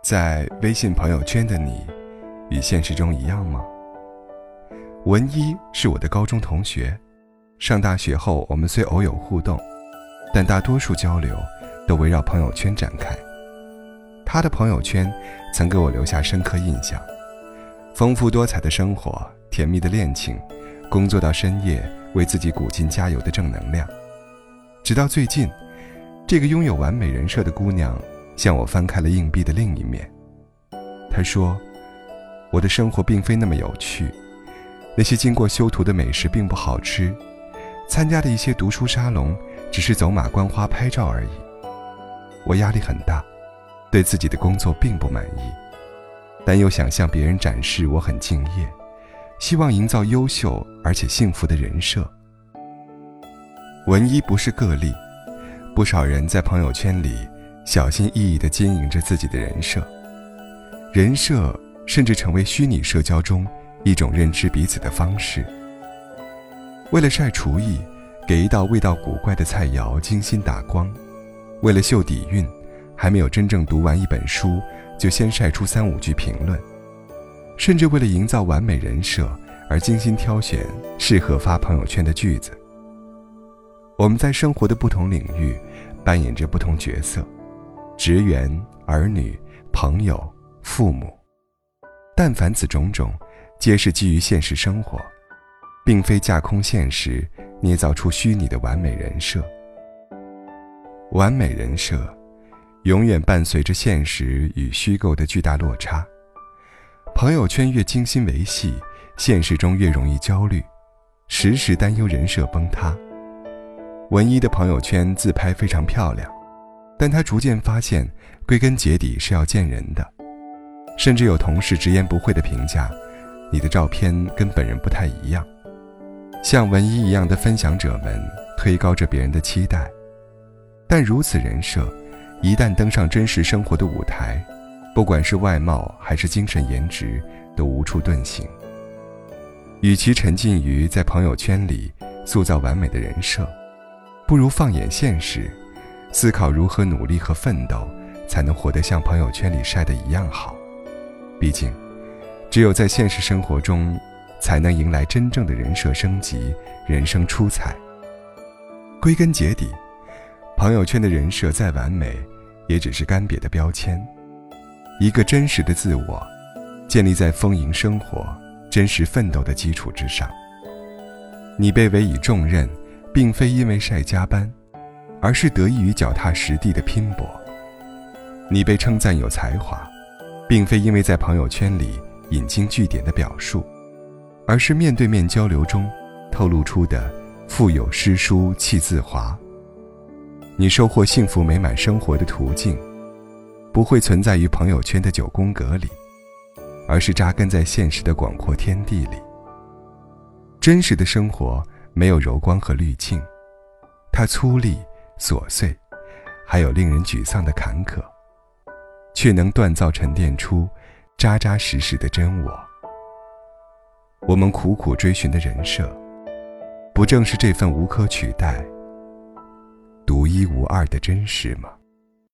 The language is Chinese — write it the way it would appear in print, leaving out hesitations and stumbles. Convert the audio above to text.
在微信朋友圈的你，与现实中一样吗？文一是我的高中同学，上大学后我们虽偶有互动，但大多数交流都围绕朋友圈展开。他的朋友圈曾给我留下深刻印象，丰富多彩的生活，甜蜜的恋情，工作到深夜为自己鼓劲加油的正能量。直到最近，这个拥有完美人设的姑娘向我翻开了硬币的另一面。她说，我的生活并非那么有趣，那些经过修图的美食并不好吃，参加的一些读书沙龙只是走马观花拍照而已。我压力很大，对自己的工作并不满意，但又想向别人展示我很敬业，希望营造优秀而且幸福的人设。文一不是个例，不少人在朋友圈里小心翼翼地经营着自己的人设，人设甚至成为虚拟社交中一种认知彼此的方式。为了晒厨艺，给一道味道古怪的菜肴精心打光；为了秀底蕴，还没有真正读完一本书就先晒出3-5句评论；甚至为了营造完美人设而精心挑选适合发朋友圈的句子。我们在生活的不同领域扮演着不同角色，职员、儿女、朋友、父母，但凡此种种，皆是基于现实生活，并非架空现实捏造出虚拟的完美人设。完美人设永远伴随着现实与虚构的巨大落差，朋友圈越精心维系，现实中越容易焦虑，时时担忧人设崩塌。文一的朋友圈自拍非常漂亮，但他逐渐发现，归根结底是要见人的。甚至有同事直言不讳地评价，你的照片跟本人不太一样。像文一一样的分享者们推高着别人的期待，但如此人设一旦登上真实生活的舞台，不管是外貌还是精神颜值，都无处遁形。与其沉浸于在朋友圈里塑造完美的人设，不如放眼现实，思考如何努力和奋斗，才能活得像朋友圈里晒的一样好。毕竟，只有在现实生活中，才能迎来真正的人设升级，人生出彩。归根结底，朋友圈的人设再完美，也只是干瘪的标签。一个真实的自我，建立在丰盈生活、真实奋斗的基础之上。你被委以重任，并非因为晒加班，而是得益于脚踏实地的拼搏。你被称赞有才华，并非因为在朋友圈里引经据典的表述，而是面对面交流中透露出的腹有诗书气自华。你收获幸福美满生活的途径，不会存在于朋友圈的9宫格里，而是扎根在现实的广阔天地里。真实的生活没有柔光和滤镜，它粗粝、琐碎，还有令人沮丧的坎坷，却能锻造沉淀出扎扎实实的真我。我们苦苦追寻的人设，不正是这份无可取代、独一无二的真实吗？